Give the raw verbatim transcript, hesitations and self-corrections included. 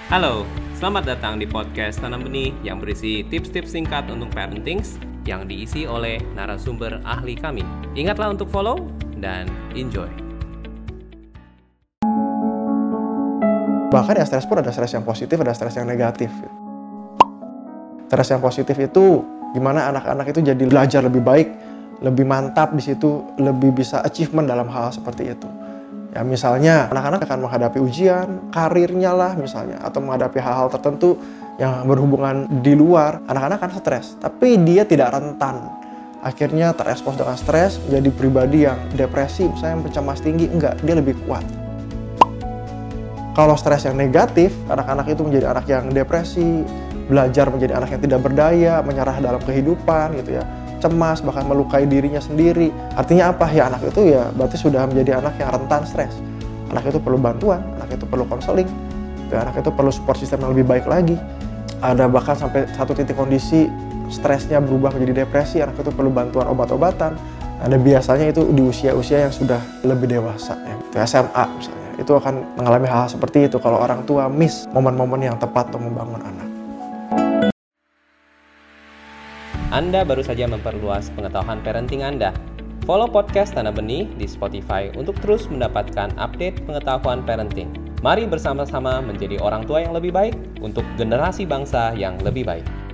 Halo, selamat datang di podcast Tanam Benih yang berisi tips-tips singkat untuk parenting yang diisi oleh narasumber ahli kami. Ingatlah untuk follow dan enjoy. Bahkan ya stres pun ada stres yang positif, ada stres yang negatif. Stres yang positif itu gimana anak-anak itu jadi belajar lebih baik, lebih mantap di situ, lebih bisa achievement dalam hal seperti itu. Ya misalnya anak-anak akan menghadapi ujian, karirnya lah misalnya, atau menghadapi hal-hal tertentu yang berhubungan di luar, anak-anak akan stres, tapi dia tidak rentan. Akhirnya terekspos dengan stres, menjadi pribadi yang depresi, misalnya pencemas tinggi, enggak, dia lebih kuat. Kalau stres yang negatif, anak-anak itu menjadi anak yang depresi, belajar menjadi anak yang tidak berdaya, menyerah dalam kehidupan gitu ya, cemas, bahkan melukai dirinya sendiri. Artinya apa? Ya anak itu ya berarti sudah menjadi anak yang rentan stres. Anak itu perlu bantuan, anak itu perlu konseling, ya, anak itu perlu support system yang lebih baik lagi. Ada bahkan sampai satu titik kondisi stresnya berubah menjadi depresi, anak itu perlu bantuan obat-obatan. Ada biasanya itu di usia-usia yang sudah lebih dewasa, ya, itu S M A misalnya. Itu akan mengalami hal seperti itu kalau orang tua miss momen-momen yang tepat untuk membangun anak. Anda baru saja memperluas pengetahuan parenting Anda. Follow podcast Tanam Benih di Spotify untuk terus mendapatkan update pengetahuan parenting. Mari bersama-sama menjadi orang tua yang lebih baik untuk generasi bangsa yang lebih baik.